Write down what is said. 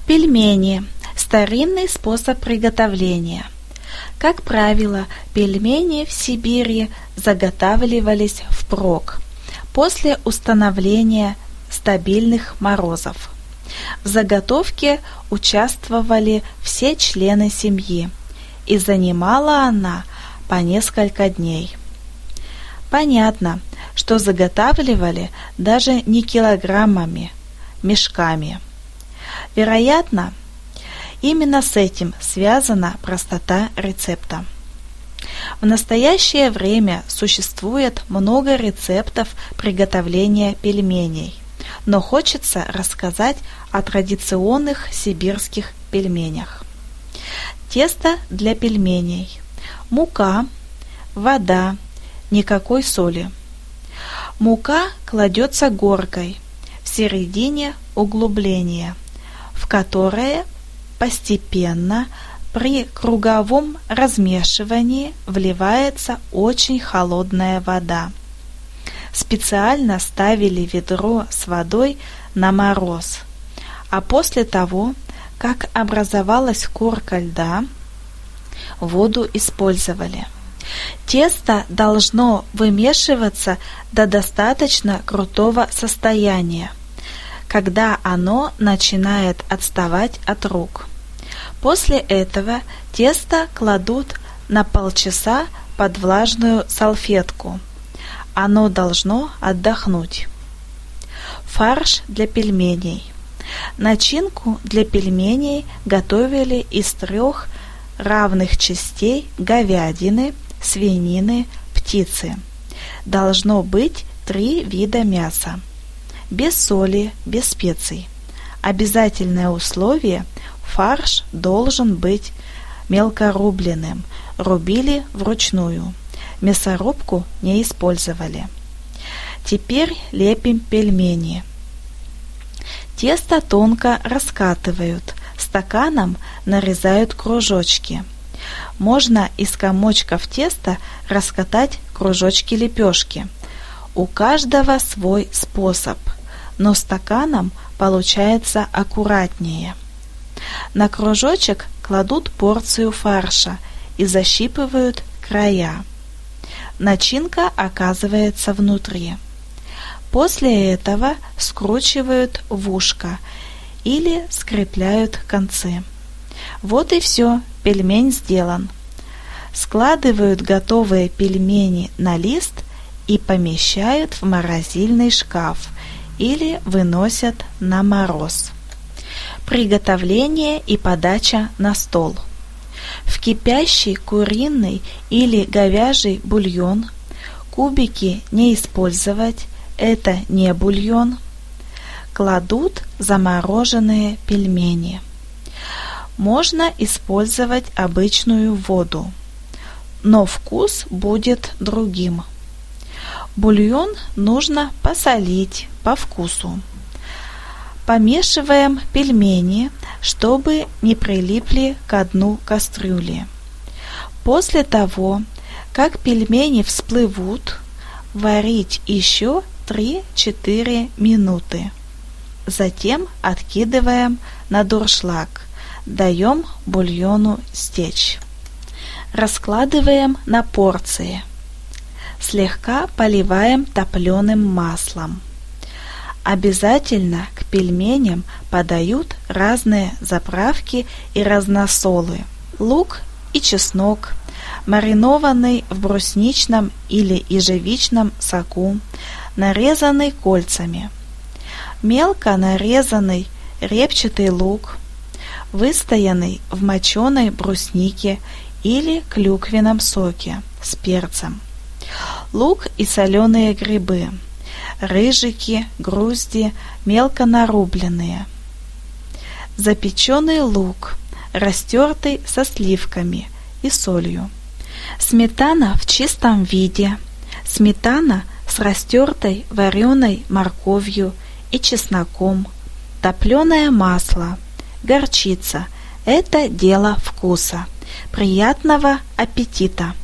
Пельмени – старинный способ приготовления. Как правило, пельмени в Сибири заготавливались впрок после установления стабильных морозов. В заготовке участвовали все члены семьи, и занимала она по несколько дней. Понятно, что заготавливали даже не килограммами, мешками. Вероятно, именно с этим связана простота рецепта. В настоящее время существует много рецептов приготовления пельменей, но хочется рассказать о традиционных сибирских пельменях. Тесто для пельменей: мука, вода, никакой соли. Мука кладется горкой в середине углубления, в которое постепенно при круговом размешивании вливается очень холодная вода. Специально ставили ведро с водой на мороз, а после того, как образовалась корка льда, воду использовали. Тесто должно вымешиваться до достаточно крутого состояния, когда оно начинает отставать от рук. После этого тесто кладут на полчаса под влажную салфетку. Оно должно отдохнуть. Фарш для пельменей. Начинку для пельменей готовили из 3 равных частей говядины, свинины, птицы. Должно быть 3 вида мяса. Без соли, без специй. Обязательное условие – фарш должен быть мелкорубленным. Рубили вручную. Мясорубку не использовали. Теперь лепим пельмени. Тесто тонко раскатывают. Стаканом нарезают кружочки. Можно из комочков теста раскатать кружочки лепешки. У каждого свой способ, но стаканом получается аккуратнее. На кружочек кладут порцию фарша и защипывают края. Начинка оказывается внутри. После этого скручивают в ушко или скрепляют концы. Вот и все, пельмень сделан. Складывают готовые пельмени на лист и помещают в морозильный шкаф или выносят на мороз. Приготовление и подача на стол. В кипящий куриный или говяжий бульон кубики не использовать, это не бульон. Кладут замороженные пельмени. Можно использовать обычную воду, но вкус будет другим. Бульон нужно посолить по вкусу. Помешиваем пельмени, чтобы не прилипли к дну кастрюли. После того, как пельмени всплывут, варить еще 3-4 минуты. Затем откидываем на дуршлаг, даем бульону стечь. Раскладываем на порции. Слегка поливаем топленым маслом. Обязательно к пельменям подают разные заправки и разносолы. Лук и чеснок, маринованный в брусничном или ежевичном соку, нарезанный кольцами. Мелко нарезанный репчатый лук, выстоянный в моченой бруснике или клюквенном соке с перцем. Лук и соленые грибы, рыжики, грузди, мелко нарубленные. Запеченный лук, растертый со сливками и солью. Сметана в чистом виде. Сметана с растертой вареной морковью и чесноком. Топленое масло, горчица. Это дело вкуса. Приятного аппетита!